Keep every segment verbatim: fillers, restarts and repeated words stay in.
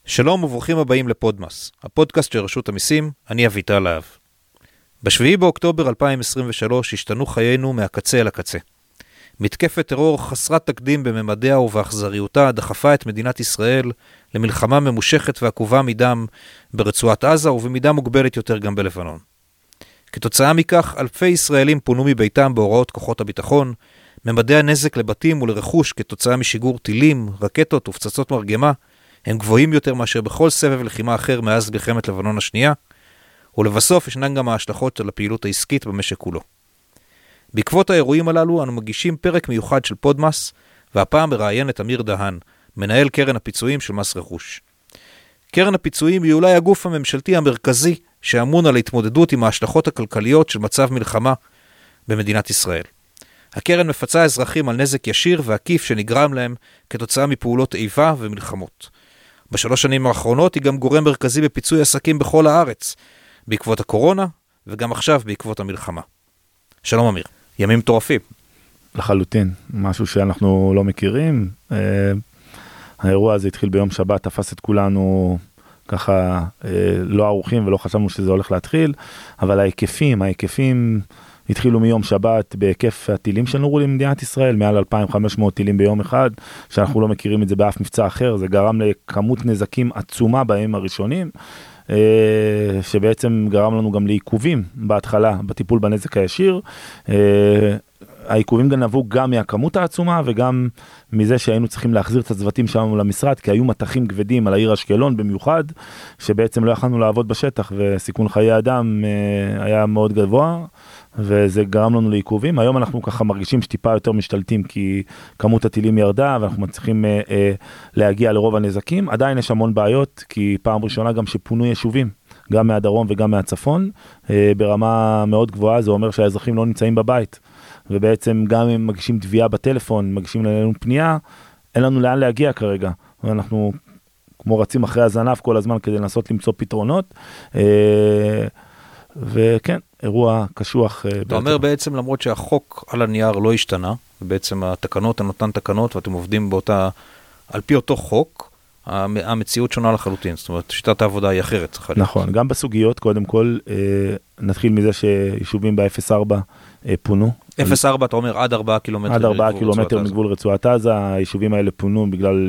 שלום וברוכים הבאים לפודמאס, הפודקאסט של רשות המיסים, אני אביטל להב. בשביעי באוקטובר אלפיים עשרים ושלוש השתנו חיינו מהקצה אל הקצה. מתקפת טרור חסרת תקדים בממדיה ובאכזריותה דחפה את מדינת ישראל למלחמה ממושכת ועקובה מדם ברצועת עזה ובמידה מוגבלת יותר גם בלבנון. כתוצאה מכך, אלפי ישראלים פונו מביתם בהוראות כוחות הביטחון, ממדי הנזק לבתים ולרכוש כתוצאה משיגור טילים, רקטות ופצצות מרגמה, הם גבוהים יותר מאשר בכל סבב לחימה אחר מאז מלחמת לבנון השנייה, ולבסוף ישנן גם ההשלכות של הפעילות העסקית במשק כולו. בעקבות האירועים הללו אנו מגישים פרק מיוחד של פודמאס, והפעם מראיין את אמיר דהן, מנהל קרן הפיצויים של מס רכוש. קרן הפיצויים היא אולי הגוף הממשלתי המרכזי שאמון על ההתמודדות עם ההשלכות הכלכליות של מצב מלחמה במדינת ישראל. הקרן מפצה אזרחים על נזק ישיר ועקיף שנגרם להם כתוצאה מפעולות איבה ומלחמות. בשלוש שנים האחרונות היא גם גורם מרכזי בפיצוי עסקים בכל הארץ, בעקבות הקורונה וגם עכשיו בעקבות המלחמה. שלום אמיר, ימים מטורפים. לחלוטין, משהו שאנחנו לא מכירים. האירוע הזה התחיל ביום שבת, תפס את כולנו ככה לא ערוכים ולא חשבנו שזה הולך להתחיל, אבל ההיקפים, ההיקפים התחילו מיום שבת בהיקף הטילים שנורו למדינת ישראל, מעל אלפיים וחמש מאות טילים ביום אחד, שאנחנו לא מכירים את זה באף מבצע אחר, זה גרם לכמות נזקים עצומה בהם הראשונים, שבעצם גרם לנו גם לעיכובים בהתחלה, בטיפול בנזק הישיר. העיכובים גם נבעו גם מהכמות העצומה, וגם מזה שהיינו צריכים להחזיר את הצוותים שלנו למשרד, כי היו מתחים כבדים על העיר אשקלון במיוחד, שבעצם לא יכלנו לעבוד בשטח, וסיכון חיי אדם היה מאוד גבוה, וזה גרם לנו לעיכובים. היום אנחנו ככה מרגישים שטיפה יותר משתלטים, כי כמות הטילים ירדה, ואנחנו מצליחים אה, אה, להגיע לרוב הנזקים. עדיין יש המון בעיות, כי פעם ראשונה גם שפונו יישובים, גם מהדרום וגם מהצפון, אה, ברמה מאוד גבוהה. זה אומר שהאזרחים לא נמצאים בבית, ובעצם גם אם מגישים תביעה בטלפון, מגישים לנו פנייה, אין לנו לאן להגיע כרגע. ואנחנו כמו רצים אחרי הזנב כל הזמן כדי לנסות למצוא פתרונות. אה, וכן, אירוע קשוח. אתה אומר בעצם, למרות שהחוק על הנייר לא השתנה, ובעצם התקנות הן אותן תקנות, ואתם עובדים באותה, על פי אותו חוק, המציאות שונה לחלוטין, זאת אומרת, שיטת העבודה היא אחרת. נכון, גם בסוגיות, קודם כל, נתחיל מזה שיישובים ב-אפס ארבע פונו. אפס ארבע, אתה אומר, עד ארבעה קילומטר. עד ארבעה קילומטר מגבול רצועת עזה, היישובים האלה פונו בגלל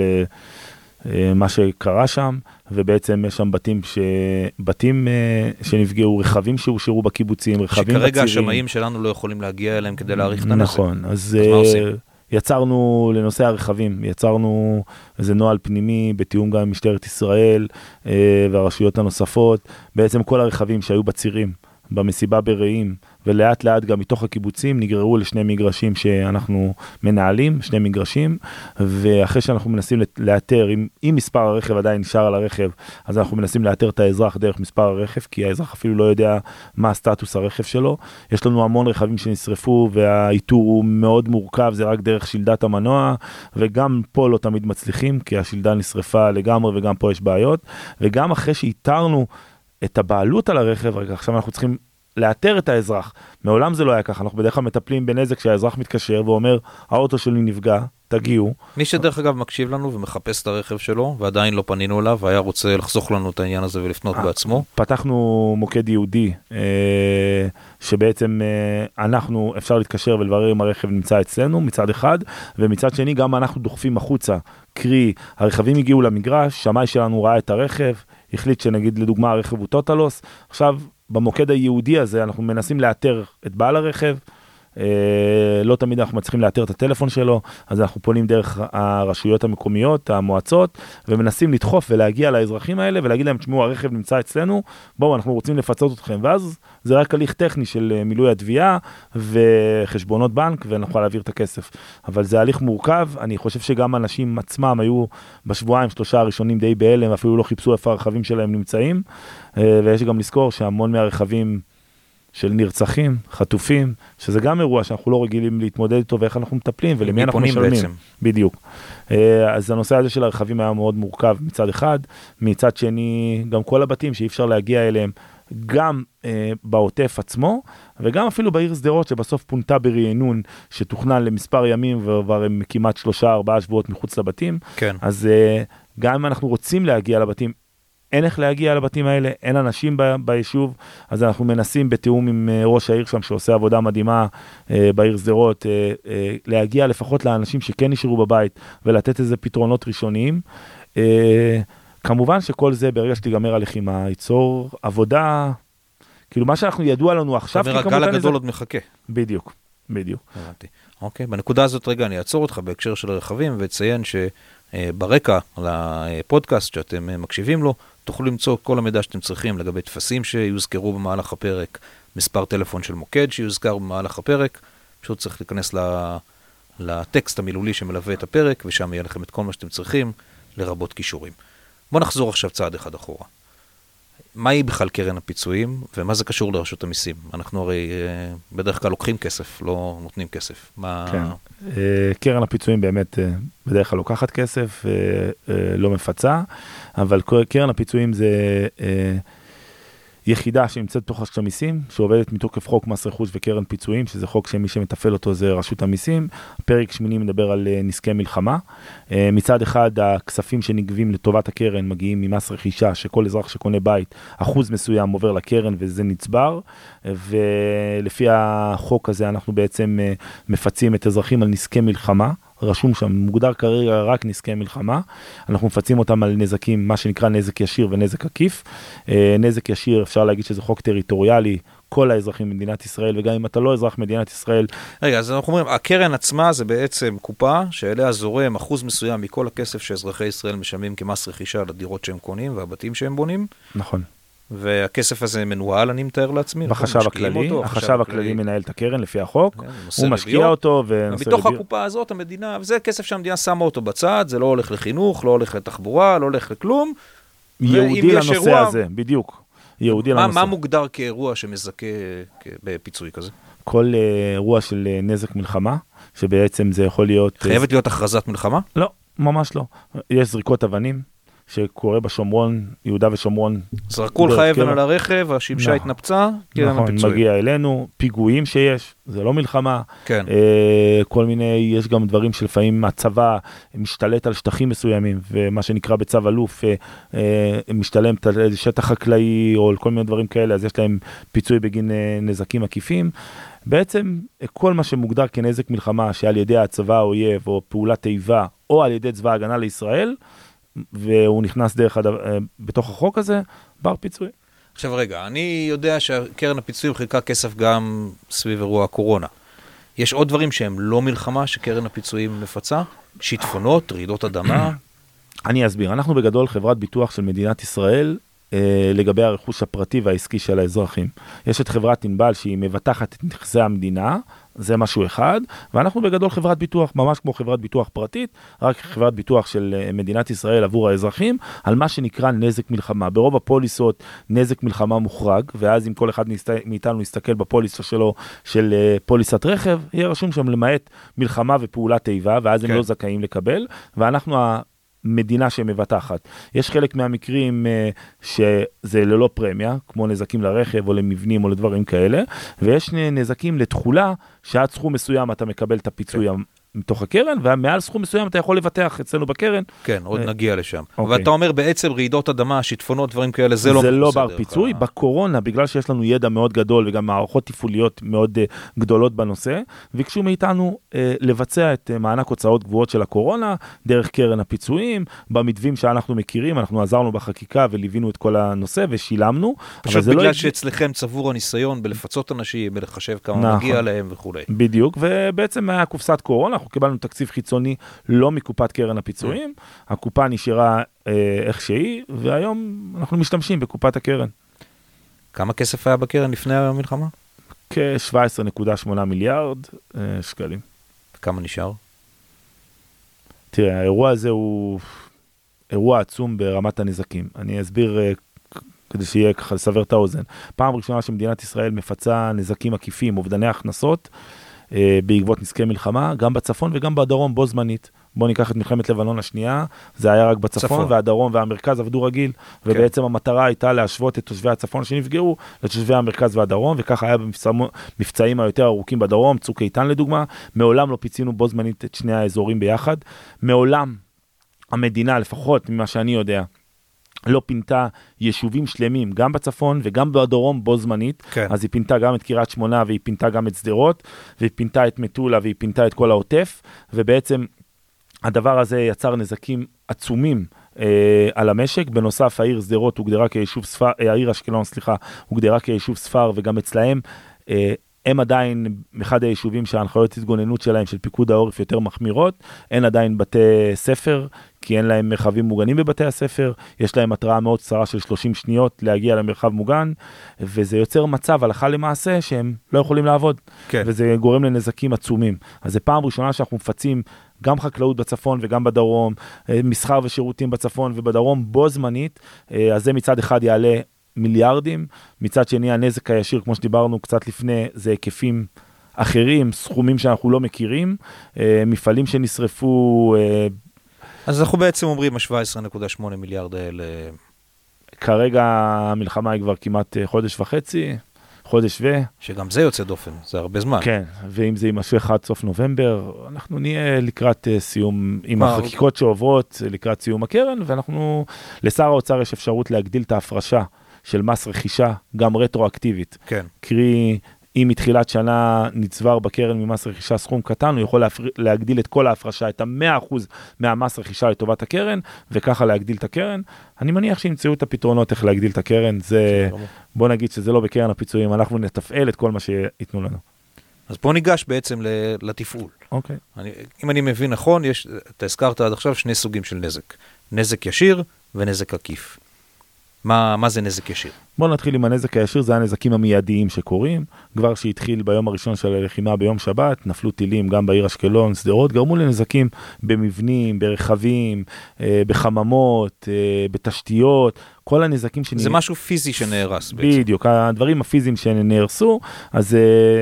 מה שקרה שם, ובעצם יש שם בתים ש... בתים שנפגעו, רכבים שהושארו בקיבוצים, רכבים בצירים. שכרגע השמאים שלנו לא יכולים להגיע אליהם כדי להאריך את הנזק. נכון, אז, אז מה עושים? יצרנו לנושא הרכבים, יצרנו איזה נוהל פנימי בתיאום גם עם משטרת ישראל והרשויות הנוספות, בעצם כל הרכבים שהיו בצירים, במסיבה ברעים, ולאט לאט גם מתוך הקיבוצים נגררו לשני מגרשים שאנחנו מנהלים, שני מגרשים, ואחרי שאנחנו מנסים לאתר, אם, אם מספר הרכב עדיין נשאר על הרכב, אז אנחנו מנסים לאתר את האזרח דרך מספר הרכב, כי האזרח אפילו לא יודע מה הסטטוס הרכב שלו. יש לנו המון רכבים שנשרפו, והאיתור הוא מאוד מורכב, זה רק דרך שלדת המנוע, וגם פה לא תמיד מצליחים, כי השלדה נשרפה לגמרי, וגם פה יש בעיות, וגם אחרי שאיתרנו את הבעלות על הרכב, רגע, עכשיו אנחנו צריכים לאתר את האזרח. מעולם זה לא היה ככה, אנחנו בדרך כלל מטפלים בנזק שהאזרח מתקשר ואומר, האוטו שלי נפגע, תגיעו. מי שדרך אגב מקשיב לנו ומחפש את הרכב שלו, ועדיין לא פנינו אליו, והיה רוצה לחסוך לנו את העניין הזה ולפנות בעצמו. פתחנו מוקד יהודי, שבעצם אנחנו, אפשר להתקשר ולברר אם הרכב נמצא אצלנו, מצד אחד, ומצד שני גם אנחנו דוחפים החוצה, קרי, הרכבים הגיעו למגרש, שמאי שלנו ראה את הרכב, החליט שנגיד לדוגמה הרכב הוא טוטלוס, עכשיו במוקד היהודי הזה אנחנו מנסים לאתר את בעל הרכב, לא תמיד אנחנו מצליחים לאתר את הטלפון שלו, אז אנחנו פונים דרך הרשויות המקומיות, המועצות, ומנסים לדחוף ולהגיע לאזרחים האלה, ולהגיד להם, תשמעו, הרכב נמצא אצלנו, בואו, אנחנו רוצים לפצות אתכם, ואז זה רק הליך טכני של מילוי התביעה, וחשבונות בנק, ונוכל להעביר את הכסף. אבל זה הליך מורכב, אני חושב שגם אנשים עצמם היו בשבועיים, שלושה הראשונים די בהלם, אפילו לא חיפשו איפה הרכבים שלהם נמצאים, ויש גם לזכור שהמון מהרכבים של נרצחים, חטופים, שזה גם אירוע שאנחנו לא רגילים להתמודד איתו, ואיך אנחנו מטפלים, ולמי אנחנו משלמים. בעצם. בדיוק. אז הנושא הזה של הרכבים היה מאוד מורכב מצד אחד, מצד שני, גם כל הבתים שאי אפשר להגיע אליהם, גם אה, בעוטף עצמו, וגם אפילו בעיר סדרות, שבסוף פונתה ברענון, שתוכנן למספר ימים, ועבר הם כמעט שלושה, ארבעה שבועות מחוץ לבתים. כן. אז אה, גם אם אנחנו רוצים להגיע לבתים, אין איך להגיע לבתים האלה, אין אנשים ב- ביישוב, אז אנחנו מנסים בתיאום עם uh, ראש העיר שם, שעושה עבודה מדהימה uh, בעיר שדרות, uh, uh, להגיע לפחות לאנשים שכן נשארו בבית, ולתת איזה פתרונות ראשוניים. Uh, כמובן שכל זה ברגע שתיגמר הלחימה, ייצור עבודה, כאילו מה שאנחנו ידוע לנו עכשיו, זאת אומרת, הגל הגדול עוד מחכה. בדיוק, בדיוק. הבנתי. אוקיי, בנקודה הזאת רגע אני אעצור אותך בהקשר של הרכבים, ואציין שברקע לפודקאסט שאתם מקשיבים לו, תוכלו למצוא כל המידע שאתם צריכים לגבי תפסים שיוזכרו במהלך הפרק, מספר טלפון של מוקד שיוזכר במהלך הפרק, פשוט צריך להיכנס לטקסט המילולי שמלווה את הפרק, ושם יהיה לכם את כל מה שאתם צריכים, לרבות קישורים. בואו נחזור עכשיו צעד אחד אחורה. מהי בכלל קרן הפיצויים, ומה זה קשור לרשות המיסים? אנחנו הרי בדרך כלל לוקחים כסף, לא נותנים כסף. מה... כן. קרן הפיצויים באמת בדרך כלל לוקחת כסף, לא מפצה, אבל קרן הפיצויים זה יחידה שנמצאת בתוך רשות המיסים, שעובדת מתוקף חוק מס רכוש וקרן פיצויים, שזה חוק שמי שמטפל אותו זה רשות המיסים. פרק שמיני מדבר על נזקי מלחמה. מצד אחד, הכספים שנגבים לטובת הקרן מגיעים ממס רכישה, שכל אזרח שקונה בית, אחוז מסוים עובר לקרן וזה נצבר, ולפי החוק הזה אנחנו בעצם מפצים את אזרחים על נזקי מלחמה, רשום שם, מוגדר כרגע רק נזקי מלחמה, אנחנו מפצים אותם על נזקים, מה שנקרא נזק ישיר ונזק עקיף. נזק ישיר, אפשר להגיד שזה חוק טריטוריאלי, כל האזרחים במדינת ישראל, וגם אם אתה לא אזרח מדינת ישראל. רגע, אז אנחנו אומרים, הקרן עצמה זה בעצם קופה, שאליה זורם אחוז מסוים מכל הכסף שאזרחי ישראל משלמים כמס רכישה לדירות שהם קונים, והבתים שהם בונים. נכון. והכסף הזה מנוהל, אני מתאר לעצמי. בחשב הכללי, החשב הכללי מנהל את הקרן לפי החוק, הוא משקיע אותו. ומתוך הקופה הזאת המדינה, וזה כסף שהמדינה שמה אותו בצד, זה לא הולך לחינוך, לא הולך לתחבורה, לא הולך לכלום. יהודי לנושא הזה, בדיוק. יהודי לנושא. מה מוגדר כאירוע שמזכה בפיצוי כזה? כל אירוע של נזק מלחמה, שבעצם זה יכול להיות... חייבת להיות הכרזת מלחמה? לא, ממש לא. יש זריקות אבנים. שקורה בשומרון, יהודה ושומרון. זרקו לך אבן על הרכב, השמשה התנפצה, נכון, מגיע אלינו, פיגועים שיש, זה לא מלחמה. כן. כל מיני, יש גם דברים שלפעמים הצבא משתלט על שטחים מסוימים, ומה שנקרא בצו אלוף, משתלם על שטח חקלאי, או כל מיני דברים כאלה, אז יש להם פיצוי בגין נזקים עקיפים. בעצם כל מה שמוגדר כנזק מלחמה, שעל ידי הצבא האויב, או פעולת איבה, או על ידי צבא ההגנה לישראל, והוא נכנס דרך הדבר, בתוך החוק הזה, בר פיצוי. עכשיו רגע, אני יודע שקרן הפיצויים חילקה כסף גם סביב אירוע הקורונה. יש עוד דברים שהם לא מלחמה, שקרן הפיצויים מפצה? שיטפונות, רעידות אדמה? אני אסביר. אנחנו בגדול חברת ביטוח של מדינת ישראל, לגבי הרכוש הפרטי והעסקי של האזרחים. יש את חברת ענבל שהיא מבטחת את נכסי המדינה, זה משהו אחד, ואנחנו בגדול חברת ביטוח, ממש כמו חברת ביטוח פרטית, רק חברת ביטוח של מדינת ישראל עבור האזרחים, על מה שנקרא נזק מלחמה. ברוב הפוליסות נזק מלחמה מוחרג, ואז אם כל אחד מאיתנו יסתכל בפוליסה שלו של פוליסת רכב, יהיה רשום שם למעט מלחמה ופעולת איבה, ואז הם לא זכאים לקבל, ואנחנו מדינה שמבטחת. יש חלק מהמקרים uh, שזה ללא פרמיה, כמו נזקים לרכב או למבנים או לדברים כאלה, ויש נזקים לתחולה, שעד סכום מסוים אתה מקבל את הפיצוי מתוך הקרן, ומעל סכום מסוים אתה יכול לבטח אצלנו בקרן. כן, עוד נגיע לשם. ואתה אומר בעצם רעידות אדמה, שיטפונות, דברים כאלה, זה לא... זה לא בר פיצוי. בקורונה, בגלל שיש לנו ידע מאוד גדול, וגם מערכות תפעוליות מאוד גדולות בנושא, ביקשו מאיתנו לבצע את מענק הוצאות גבוהות של הקורונה, דרך קרן הפיצויים, במתווים שאנחנו מכירים, אנחנו עזרנו בחקיקה וליווינו את כל הנושא ושילמנו. פשוט בגלל שאצלכם צבור הניסיון בלפצות אנשים, בלחשב כמה מגיע להם וכו'. בדיוק, ובעצם היה קופסת קורונה, אנחנו קיבלנו תקציב חיצוני לא מקופת קרן הפיצויים, הקופה נשארה אה, איך שהיא, והיום אנחנו משתמשים בקופת הקרן. כמה כסף היה בקרן לפני המלחמה? כ-שבע עשרה נקודה שמונה מיליארד אה, שקלים. כמה נשאר? תראה, האירוע הזה הוא אירוע עצום ברמת הנזקים. אני אסביר אה, כדי שיהיה ככה לסבר את האוזן. פעם ראשונה שמדינת ישראל מפצה נזקים עקיפים, אובדני הכנסות, בעקבות נזקי מלחמה, גם בצפון וגם בדרום בו זמנית. בואו ניקח את מלחמת לבנון השנייה, זה היה רק בצפון, צפון. והדרום והמרכז עבדו רגיל, כן. ובעצם המטרה הייתה להשוות את תושבי הצפון שנפגעו, לתושבי המרכז והדרום, וככה היה במבצעים היותר ארוכים בדרום, צוק איתן לדוגמה, מעולם לא פיצינו בו זמנית את שני האזורים ביחד, מעולם המדינה, לפחות ממה שאני יודע, לא פינתה יישובים שלמים, גם בצפון וגם בדרום בו זמנית, כן. אז היא פינתה גם את קריית שמונה, והיא פינתה גם את שדרות, והיא פינתה את מטולה, והיא פינתה את כל העוטף, ובעצם הדבר הזה יצר נזקים עצומים אה, על המשק. בנוסף, העיר שדרות הוגדרה כיישוב ספר, אה, העיר אשקלון, סליחה, הוגדרה כיישוב ספר, וגם אצלהם, אה, הם עדיין אחד היישובים שההנחיות התגוננות שלהם של פיקוד העורף יותר מחמירות, אין עדיין בתי ספר, כי אין להם מרחבים מוגנים בבתי הספר, יש להם התראה מאוד קצרה של שלושים שניות להגיע למרחב מוגן, וזה יוצר מצב הלכה למעשה שהם לא יכולים לעבוד, כן. וזה גורם לנזקים עצומים. אז זה פעם ראשונה שאנחנו מפצים גם חקלאות בצפון וגם בדרום, מסחר ושירותים בצפון ובדרום בו זמנית, אז זה מצד אחד יעלה מיליארדים, מצד שני הנזק הישיר, כמו שדיברנו קצת לפני, זה היקפים אחרים, סכומים שאנחנו לא מכירים, מפעלים שנשרפו. אז אנחנו בעצם אומרים, ה-שבע עשרה נקודה שמונה מיליארד האלה. כרגע המלחמה היא כבר כמעט חודש וחצי, חודש ו... שגם זה יוצא דופן, זה הרבה זמן. כן, ואם זה יימשך עד סוף נובמבר, אנחנו נהיה לקראת סיום, עם החקיקות שעוברות, לקראת סיום הקרן, ואנחנו, לשר האוצר יש אפשרות להגדיל את ההפרשה של מס רכישה, גם רטרואקטיבית. כן. קרי, אם מתחילת שנה נצבר בקרן ממס רכישה סכום קטן, הוא יכול להפר... להגדיל את כל ההפרשה, את ה-מאה אחוז מהמס רכישה לטובת הקרן, וככה להגדיל את הקרן. אני מניח שימצאו את הפתרונות איך להגדיל את הקרן, זה, בוא נגיד שזה לא בקרן הפיצויים, אנחנו נתפעל את כל מה שיתנו לנו. אז בוא ניגש בעצם לתפעול. אוקיי. אני, אם אני מבין נכון, יש, אתה הזכרת עד עכשיו שני סוגים של נזק. נזק ישיר ונזק עקיף. מה, מה זה נזק ישיר? בואו נתחיל עם הנזק הישיר, זה הנזקים המיידיים שקורים, כבר שהתחיל ביום הראשון של הלחימה ביום שבת, נפלו טילים גם בעיר אשקלון, שדרות, גרמו לנזקים במבנים, ברכבים, בחממות, בתשתיות, כל הנזקים שנהרסו. זה משהו פיזי שנהרס בעצם. בדיוק, הדברים הפיזיים שנהרסו, אז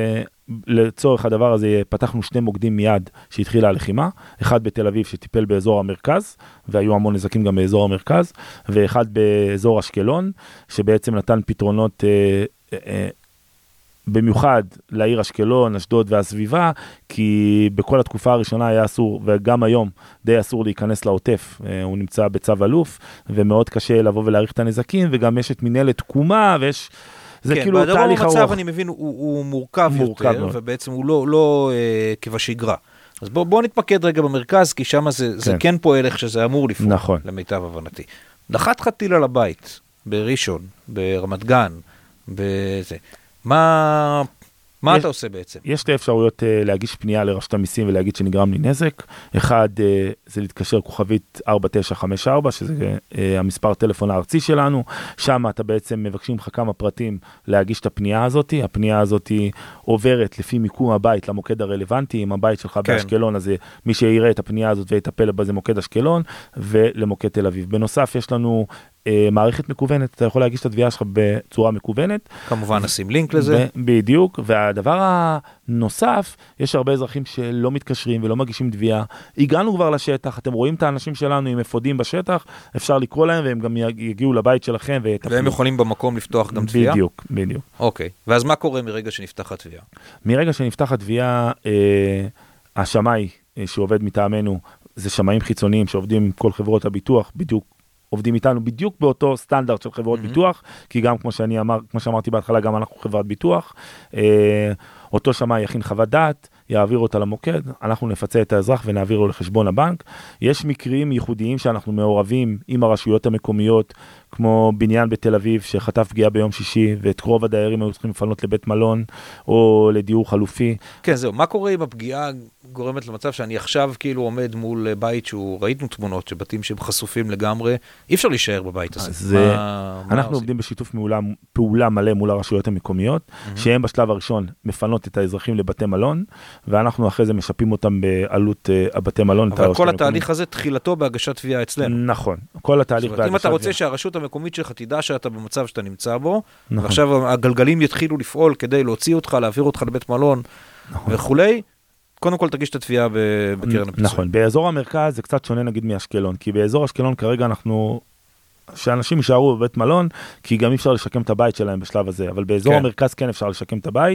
לצורך הדבר הזה פתחנו שני מוקדים מיד שהתחילה הלחימה, אחד בתל אביב שטיפל באזור המרכז, והיו המון נזקים גם באזור המרכז, ואחד באזור אשקלון, שבעצם נתן פתרונות אה, אה, במיוחד לעיר אשקלון, אשדוד והסביבה, כי בכל התקופה הראשונה היה אסור, וגם היום די אסור להיכנס לעוטף, אה, הוא נמצא בצו אלוף, ומאוד קשה לבוא ולהעריך את הנזקים, וגם יש את מנהלת תקומה, ויש... זה כן, כאילו תהליך ארוך. במצב אני מבין, הוא, הוא מורכב, מורכב יותר, מאוד. ובעצם הוא לא, לא אה, כבשגרה. אז בואו בוא נתפקד רגע במרכז, כי שם זה כן, זה כן פועל איך שזה אמור לפעול, נכון. למיטב הבנתי. נחת לך טיל על הבית, בראשון, ברמת גן, בזה. מה... מה יש, אתה עושה בעצם? יש שתי אפשרויות uh, להגיש פנייה לרשות המיסים ולהגיד שנגרם לי נזק. אחד, uh, זה להתקשר כוכבית ארבע תשע חמש ארבע, שזה uh, המספר טלפון הארצי שלנו. שם אתה בעצם מבקשים לך כמה פרטים להגיש את הפנייה הזאת. הפנייה הזאת עוברת לפי מיקום הבית למוקד הרלוונטי. אם הבית שלך כן. באשקלון, אז מי שיראה את הפנייה הזאת ויטפל בה זה מוקד אשקלון ולמוקד תל אביב. בנוסף, יש לנו... מערכת מקוונת, אתה יכול להגיש את התביעה שלך בצורה מקוונת. כמובן נשים לינק לזה. בדיוק, והדבר הנוסף, יש הרבה אזרחים שלא מתקשרים ולא מגישים תביעה. הגענו כבר לשטח, אתם רואים את האנשים שלנו עם אפודים בשטח, אפשר לקרוא להם והם גם יגיעו לבית שלכם ויטפלו. והם יכולים במקום לפתוח גם תביעה? בדיוק, בדיוק. אוקיי, ואז מה קורה מרגע שנפתחת תביעה? מרגע שנפתחת תביעה, אה, השמאי אה, שעובד מטעמנו, זה שמאים חיצוניים שעובדים עם כל חברות הביטוח, בדיוק עובדים איתנו בדיוק באותו סטנדרט של חברות mm-hmm. ביטוח, כי גם כמו שאני אמר, כמו שאמרתי בהתחלה, גם אנחנו חברת ביטוח, אה, אותו שמאי יכין חוות דעת, יעביר אותה למוקד, אנחנו נפצה את האזרח ונעביר לו לחשבון הבנק. יש מקרים ייחודיים שאנחנו מעורבים עם הרשויות המקומיות, כמו בניין בתל אביב שחטף פגיעה ביום שישי, ואת קרוב הדיירים היו צריכים לפנות לבית מלון, או לדיור חלופי. כן, זהו. מה קורה אם הפגיעה גורמת למצב שאני עכשיו כאילו עומד מול בית שהוא, ראיתנו תמונות שבתים שהם חשופים לגמרי, אי אפשר להישאר בבית הזה. אז מה, אנחנו מה עושים? בשיתוף פעולה, פעולה מלא מול הרשויות המקומיות, mm-hmm. שהם בשלב הראשון מפנות את האזרחים לבתי מלון, ואנחנו אחרי זה משפים אותם בעלות uh, הבתי מלון. אבל כל התהליך הזה תחילתו בהגשת תביעה אצלנו. נכון. כל התהליך בהגשת תביעה. אם אתה רוצה שהרשות המקומית שלך תדע שאתה במצב שאתה נמצא בו, נכון. ועכשיו הגלגלים יתחילו לפעול כדי להוציא אותך, להעביר אותך לבית מלון נכון. וכולי, קודם כל תגיש את התביעה בקרן הפיצויים. נכון. באזור המרכז זה קצת שונה נגיד מאשקלון, כי באזור אשקלון כרגע אנחנו שאנשים יישארו בבית מלון, כי גם אי אפשר לשקם את הבית שלהם בשלב הזה, אבל באזור כן. המרכז כן אפשר לשקם את הבית.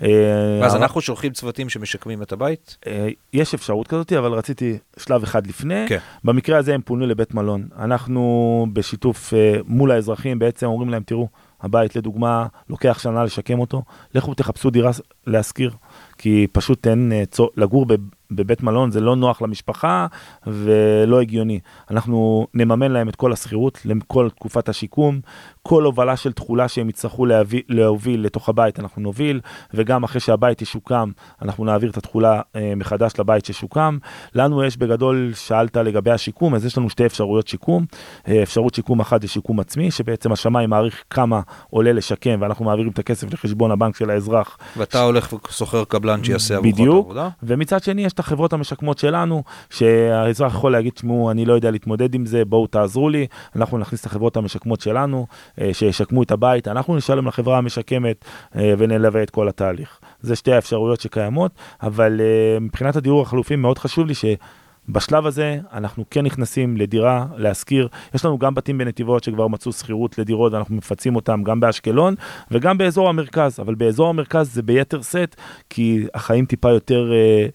אז אנחנו שולחים צוותים שמשקמים את הבית? יש אפשרות כזאת, אבל רציתי שלב אחד לפני. כן. במקרה הזה הם פונו לבית מלון. אנחנו בשיתוף מול האזרחים בעצם אומרים להם, תראו, הבית לדוגמה לוקח שנה לשקם אותו, לכו תחפשו דירה להשכיר, כי פשוט אין לגור בבית מלון, זה לא נוח למשפחה ולא הגיוני. אנחנו נממן להם את כל הסחירות, לכל תקופת השיקום, כל הובלה של תחולה שהם יצטרכו להביא, להוביל לתוך הבית, אנחנו נוביל, וגם אחרי שהבית ישוקם, אנחנו נעביר את התחולה אה, מחדש לבית ששוקם. לנו יש בגדול, שאלת לגבי השיקום, אז יש לנו שתי אפשרויות שיקום. אה, אפשרות שיקום אחת זה שיקום עצמי, שבעצם השמאי מעריך כמה עולה לשקם, ואנחנו מעבירים את הכסף לחשבון הבנק של האזרח. ואתה הולך וסוחר קבלן שיעשה עבורך את העבודה? ומצד שני יש את החברות המשקמות שלנו, שהאזרח יכול להגיד, תשמעו, אני לא יודע להתמודד עם זה, בואו תעזרו לי, אנחנו נכניס את החברות המשקמות שלנו, שישקמו את הבית, אנחנו נשלם לחברה המשקמת ונלווה את כל התהליך. זה שתי האפשרויות שקיימות, אבל מבחינת הדיור החלופי מאוד חשוב לי שבשלב הזה אנחנו כן נכנסים לדירה, להשכיר. יש לנו גם בתים בנתיבות שכבר מצאו שכירות לדירות, ואנחנו מפצים אותם גם באשקלון וגם באזור המרכז, אבל באזור המרכז זה ביתר סט, כי החיים טיפה יותר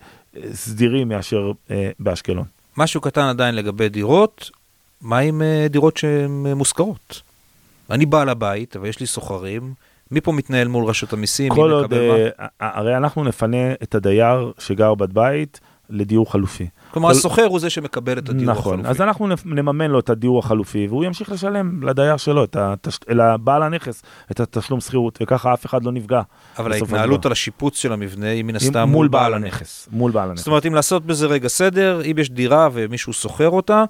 סדירים מאשר באשקלון. משהו קטן עדיין לגבי דירות, מה עם דירות שהן מושכרות? אני בא לבית, אבל יש לי סוחרים, מי פה מתנהל מול רשות המיסים? כל עוד, הרי אנחנו נפנה את הדייר שגר בבית לדיור חלופי. כלומר, הסוחר הוא זה שמקבל את הדיור החלופי. נכון, אז אנחנו נממן לו את הדיור החלופי, והוא ימשיך לשלם לדייר שלו, לבעל הנכס, את התשלום שכירות, וככה אף אחד לא נפגע. אבל ההתנהלות על השיפוץ של המבנה היא מן הסתם מול בעל הנכס. מול בעל הנכס. זאת אומרת, אם לעשות בזה רגע סדר, אם יש דירה ומישהו סוחר אותה,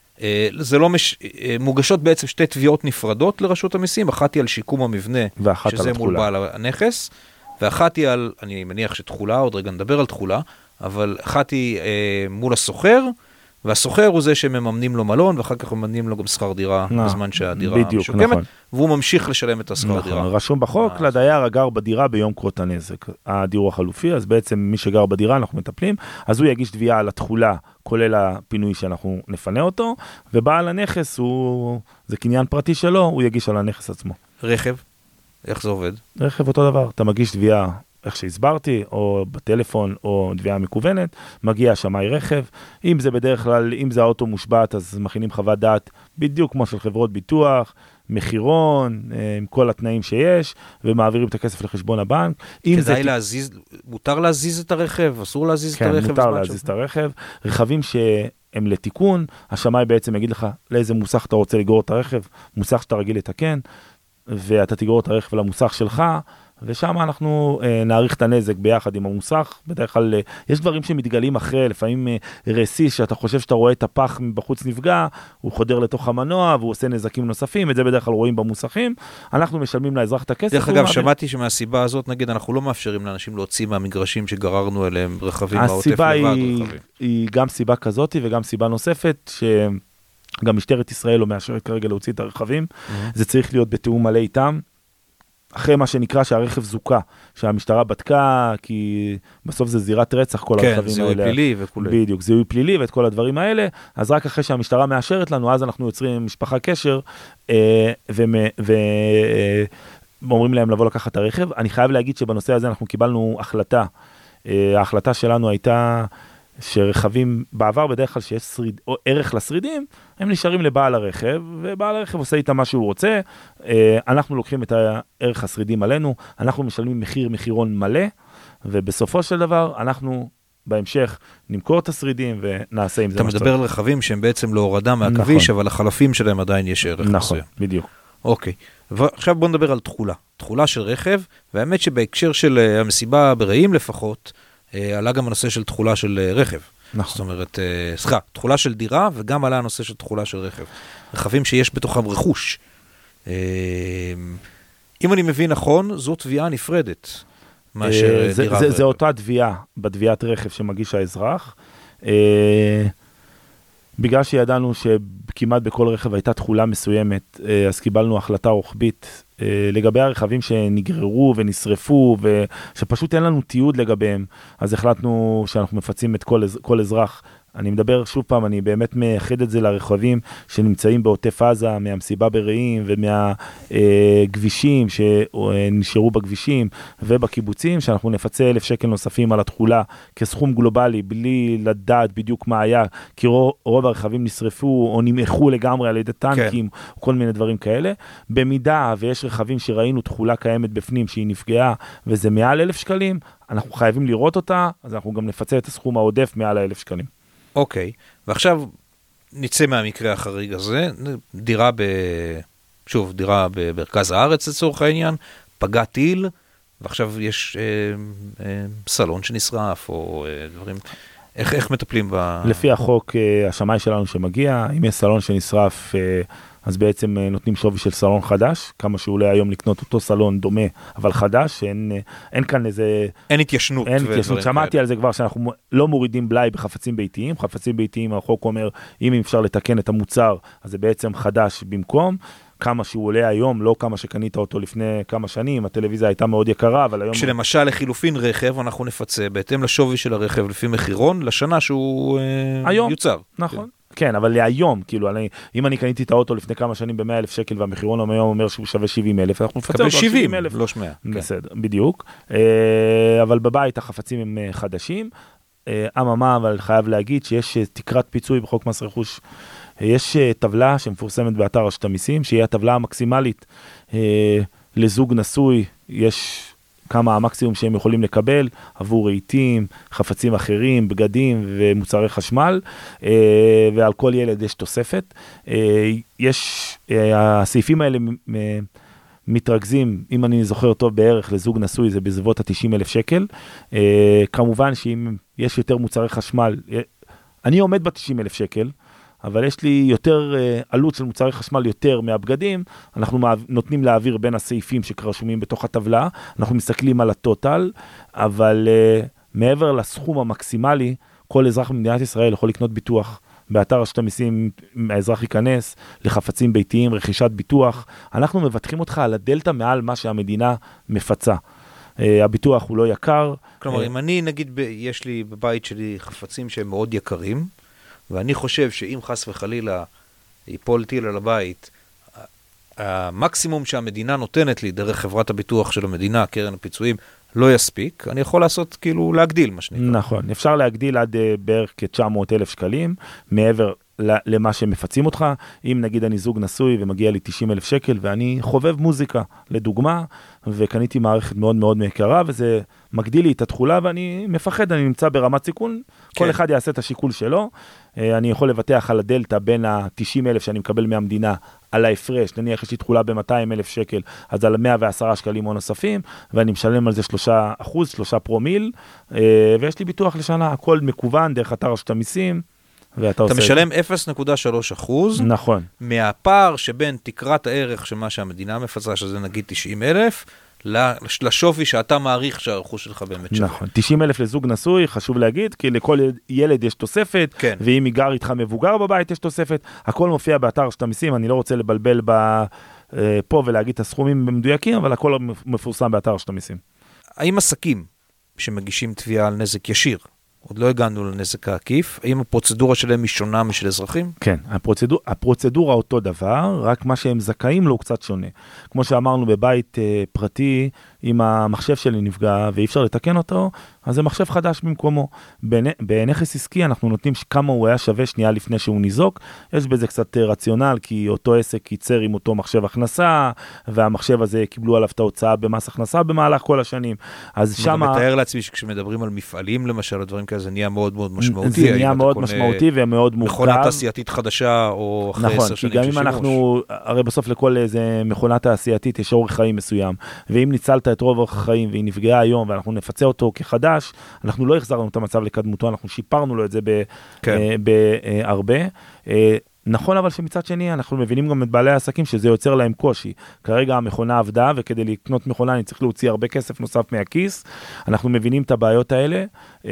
זה לא מש... מוגשות בעצם שתי תביעות נפרדות לרשות המיסים, אחת היא על שיקום המבנה, שזה מול בעל הנכס, ואחת היא על, אני מניח שתחולה, עוד רגע נדבר על תחולה, אבל אחת היא אה, מול הסוחר, והסוחר הוא זה שמממנים לו מלון, ואחר כך מממנים לו גם שכר דירה, no, בזמן שהדירה משוקמת, נכון. והוא ממשיך לשלם את השכר נכון. דירה. רשום בחוק, אה, לדייר הגר בדירה ביום קרות הנזק. הדיור החלופי, אז בעצם מי שגר בדירה אנחנו מטפלים, אז הוא יגיש תביעה על התחולה, כולל הפינוי שאנחנו נפנה אותו, ובעל הנכס הוא, זה קניין פרטי שלו, הוא יגיש על הנכס עצמו. רכב, איך זה עובד? רכב אותו דבר, אתה מגיש תביעה, איך שהסברתי, או בטלפון, או תביעה מקוונת, מגיע שמאי רכב. אם זה בדרך כלל, אם זה האוטו מושבת, אז מכינים חוות דעת בדיוק כמו של חברות ביטוח, מחירון, עם כל התנאים שיש, ומעבירים את הכסף לחשבון הבנק. כדאי זה... להזיז, מותר להזיז את הרכב, אסור להזיז כן, את הרכב? כן, מותר להזיז ש... את הרכב. רכבים שהם לתיקון, השמאי בעצם יגיד לך לאיזה מוסך אתה רוצה לגרור את הרכב, מוסך שאתה רגיל לתקן, ואתה תגרור את הרכב למוסך שלך, ושם אנחנו אה, נעריך את הנזק ביחד עם המוסך. בדרך כלל, אה, יש דברים שמתגלים אחרי, לפעמים אה, רסיס, שאתה חושב שאתה רואה את הפח מבחוץ נפגע, הוא חודר לתוך המנוע, והוא עושה נזקים נוספים, את זה בדרך כלל רואים במוסכים. אנחנו משלמים לאזרח את הכסף. דרך אגב, שמעתי שמהסיבה הזאת, נגיד, אנחנו לא מאפשרים לאנשים להוציא מהמגרשים שגררנו אליהם רכבים בעוטף לבד. הסיבה היא, היא גם סיבה כזאת, וגם סיבה נוספת, שגם משטרת ישראל לא מאשרת כרגע להוציא את הרכבים. Mm-hmm. זה צריך להיות בתיאום מלא איתם. אחרי מה שנקרא שהרכב זוקה, שהמשטרה בדקה, כי בסוף זה זירת רצח, כל כן, הרכבים האלה. כן, זיהוי פלילי וכו'. בדיוק, זיהוי פלילי ואת כל הדברים האלה, אז רק אחרי שהמשטרה מאשרת לנו, אז אנחנו יוצרים עם משפחה קשר, אה, ואומרים להם לבוא לקחת את הרכב. אני חייב להגיד שבנושא הזה אנחנו קיבלנו החלטה. אה, ההחלטה שלנו הייתה שרכבים, בעבר בדרך כלל שיש שריד, או ערך לשרידים, הם נשארים לבעל הרכב, ובעל הרכב עושה איתה מה שהוא רוצה. אנחנו לוקחים את הערך השרידים עלינו, אנחנו משלמים מחיר מחירון מלא, ובסופו של דבר אנחנו בהמשך נמכור את השרידים ונעשה עם זה מה שצריך. אתה מדבר על רכבים שהם בעצם לא הורדה מהכביש, אבל החלפים שלהם עדיין יש ערך. נכון, בדיוק. אוקיי, ועכשיו בוא נדבר על תחולה. תחולה של רכב, והאמת שבהקשר של המסיבה ברעים לפחות, עלה גם הנושא של תחולה של רכב. נכון. זאת אומרת, סליחה, תחולה של דירה, וגם עלה הנושא של תחולה של רכב. רכבים שיש בתוכם רכוש. אם אני מבין נכון, זו תביעה נפרדת מאשר זה, דירה. זה, זה אותה תביעה, בתביעת רכב שמגיש האזרח. בגלל שידענו שכמעט בכל רכב הייתה תחולה מסוימת, אז קיבלנו החלטה רוחבית לגבי הרכבים שנגררו ונשרפו, ושפשוט אין לנו תיעוד לגביהם, אז החלטנו שאנחנו מפצים את כל, כל אזרח אני מדבר שוב פעם, אני באמת מייחד את זה לרכבים שנמצאים בעוטף עזה, מהמסיבה ברעים ומהגבישים שנשארו בכבישים ובקיבוצים, שאנחנו נפצה אלף שקל נוספים על התחולה כסכום גלובלי, בלי לדעת בדיוק מה היה, כי רוב הרכבים נשרפו או נמחו לגמרי על ידי טנקים, כן. או כל מיני דברים כאלה. במידה ויש רכבים שראינו תחולה קיימת בפנים שהיא נפגעה, וזה מעל אלף שקלים, אנחנו חייבים לראות אותה, אז אנחנו גם נפצה את הסכום העודף מעל האלף שקלים. אוקיי, ועכשיו נצא מהמקרה החריג הזה, דירה ב... שוב, דירה במרכז הארץ לצורך העניין, פגע טיל, ועכשיו יש אה, אה, סלון שנשרף, או אה, דברים... איך, איך מטפלים ב... לפי החוק, אה, השמאי שלנו שמגיע, אם יש סלון שנשרף... אה, אז בעצם נותנים שווי של סלון חדש, כמה שאולי היום לקנות אותו סלון דומה, אבל חדש, אין, אין כאן איזה... אין התיישנות. אין התיישנות, שמעתי על זה כבר שאנחנו לא מורידים בלאי בחפצים ביתיים, חפצים ביתיים, החוק אומר, אם אפשר לתקן את המוצר, אז זה בעצם חדש במקום, כמה שהוא עולה היום, לא כמה שקנית אותו לפני כמה שנים, הטלוויזיה הייתה מאוד יקרה, אבל היום... כשלמשל לחילופין רכב, אנחנו נפצה בהתאם לשווי של הרכב, לפי מחירון, לשנה שהוא היום, יוצר. נכון. כן, אבל להיום, כאילו, אני, אם אני קניתי את האוטו לפני כמה שנים ב-מאה אלף שקל, והמחירון היום אומר שהוא שווה שבעים אלף, אנחנו נפצה אותו שבעים אלף, לא שמאה. בסדר, בדיוק. אבל בבית החפצים הם חדשים. אממה, אבל חייב להגיד שיש תקרת פיצוי בחוק מס רכוש. יש טבלה שמפורסמת באתר רשות המיסים, שהיא הטבלה המקסימלית לזוג נשוי, יש... כמה המקסימום שהם יכולים לקבל עבור רהיטים, חפצים אחרים, בגדים ומוצרי חשמל, ועל כל ילד יש תוספת. יש, הסעיפים האלה מתרכזים, אם אני זוכר טוב בערך לזוג נשוי, זה בסביבות ה-תשעים אלף שקל. כמובן שאם יש יותר מוצרי חשמל, אני עומד ב-תשעים אלף שקל, אבל יש לי יותר uh, עלות של מוצרי חשמל יותר מהבגדים, אנחנו נותנים להעביר בין הסעיפים שרשומים בתוך הטבלה, אנחנו מסתכלים על הטוטל, אבל uh, מעבר לסכום המקסימלי, כל אזרח במדינת ישראל יכול לקנות ביטוח, באתר רשות המיסים האזרח ייכנס לחפצים ביתיים, רכישת ביטוח, אנחנו מבטחים אותך על הדלטה מעל מה שהמדינה מפצה. Uh, הביטוח הוא לא יקר. כלומר, uh, אם אני נגיד, ב- יש לי בבית שלי חפצים שהם מאוד יקרים, ואני חושב שאם חס וחלילה ייפול טיל על הבית, המקסימום שהמדינה נותנת לי דרך חברת הביטוח של המדינה, קרן הפיצויים, לא יספיק, אני יכול לעשות כאילו להגדיל מה שנקרא. נכון, אפשר להגדיל עד uh, בערך כ-תשע מאות אלף שקלים, מעבר למה שמפצים אותך. אם נגיד אני זוג נשוי ומגיע לי תשעים אלף שקל, ואני חובב מוזיקה, לדוגמה, וקניתי מערכת מאוד מאוד מיקרה, וזה מגדיל לי את התחולה, ואני מפחד, אני נמצא ברמת סיכון, כן. כל אחד יעשה את השיקול שלו, אני יכול לבטח על הדלטה בין ה-תשעים אלף שאני מקבל מהמדינה, על ההפרש, נניח יש לי תחולה ב-מאתיים אלף שקל, אז על מאה ועשרה שקלים או נוספים, ואני משלם על זה שלושה אחוז, שלושה פרומיל, ויש לי ביטוח לשנה, הכל מקוון דרך אתר רשות המיסים, אתה משלם אפס נקודה שלוש אחוז, נכון. מהפער שבין תקרת הערך של מה שהמדינה מפצה, שזה נגיד תשעים אלף, לשווי שאתה מעריך שהרכוש שלך באמת שווה. נכון, תשעים אלף לזוג נשוי, חשוב להגיד, כי לכל ילד יש תוספת, כן. ואם יגר איתך מבוגר בבית יש תוספת, הכל מופיע באתר רשות המיסים, אני לא רוצה לבלבל ב, פה ולהגיד את הסכומים במדויקים, אבל הכל מפורסם באתר רשות המיסים. האם עסקים שמגישים תביעה על נזק ישיר, עוד לא הגענו לנזק העקיף, האם הפרוצדורה שלהם היא שונה משל אזרחים? כן, הפרוצדור, הפרוצדורה אותו דבר, רק מה שהם זכאים לו הוא קצת שונה. כמו שאמרנו, בבית אה, פרטי, אם המחשב שלי נפגע ואי אפשר לתקן אותו, אז זה מחשב חדש במקומו. בנכס עסקי אנחנו נותנים כמה הוא היה שווה שנייה לפני שהוא ניזוק, יש בזה קצת רציונל, כי אותו עסק ייצר עם אותו מחשב הכנסה, והמחשב הזה קיבלו עליו את ההוצאה במס הכנסה במהלך כל השנים. אז שמה... מתאר לעצמי שכשמדברים על מפעלים למשל, הדברים כאלה, זה נהיה מאוד מאוד משמעותי. זה נהיה מאוד משמעותי ומאוד מורכב. מכונה תעשייתית חדשה, או אחרי עשר שנים של שימוש. נכון, כי גם אם אנחנו, הרי בסוף לכל איזה מכונה תעשייתית יש אורך חיים מסוים, ואם ניצלת את רוב אורך החיים והיא נפגעה היום, ואנחנו נפצה אותו כחדש, אנחנו לא החזרנו את המצב לקדמותו, אנחנו שיפרנו לו את זה בהרבה. נכון, אבל שמצד שני אנחנו מבינים גם את בעלי העסקים שזה יוצר להם קושי. כרגע המכונה עבדה, וכדי לקנות מכונה אני צריך להוציא הרבה כסף נוסף מהכיס. אנחנו מבינים את הבעיות האלה.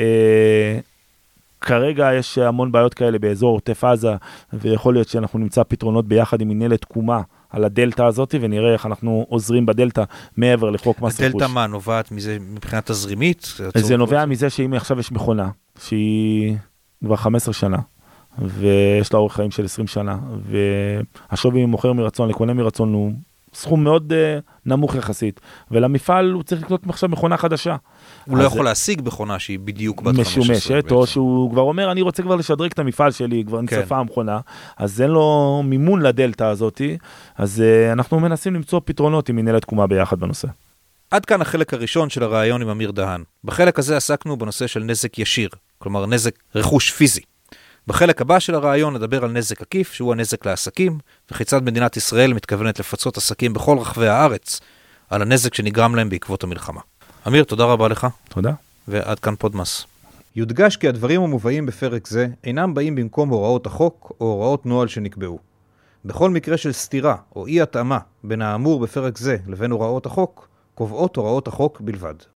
כרגע יש המון בעיות כאלה באזור עוטף עזה, ויכול להיות שאנחנו נמצא פתרונות ביחד עם מנהלת תקומה על הדלטה הזאת, ונראה איך אנחנו עוזרים בדלטה מעבר לחוק מס רכוש. הדלטה מה נובעת מזה מבחינת תזרימית? זה נובע מזה שאם עכשיו יש מכונה, שהיא כבר חמש עשרה שנה, ויש לה אורך חיים של עשרים שנה, והשווי מוכר מרצון לקונה מרצון הוא סכום מאוד uh, נמוך יחסית, ולמפעל הוא צריך לקנות עכשיו מכונה חדשה. הוא לא יכול להשיג מכונה שהיא בדיוק בת חמש עשרה. משומשת, או שהוא כבר אומר, אני רוצה כבר לשדרג את המפעל שלי, כבר נצפה המכונה, אז אין לו מימון לדלטה הזאת, אז uh, אנחנו מנסים למצוא פתרונות עם מנהלת תקומה ביחד בנושא. עד כאן החלק הראשון של הרעיון עם אמיר דהן. בחלק הזה עסקנו בנושא של נזק ישיר, כלומר נזק רכוש פיזי. בחלק הבא של הרעיון נדבר על נזק עקיף, שהוא הנזק לעסקים, וכיצד מדינת ישראל מתכוונת לפצות עסקים בכל רחבי הארץ על הנזק שנגרם להם בעקבות המלחמה. אמיר, תודה רבה לך. תודה. ועד כאן פודמאס. יודגש כי הדברים המובאים בפרק זה אינם באים במקום הוראות החוק או הוראות נוהל שנקבעו. בכל מקרה של סתירה או אי התאמה בין האמור בפרק זה לבין הוראות החוק, קובעות הוראות החוק בלבד.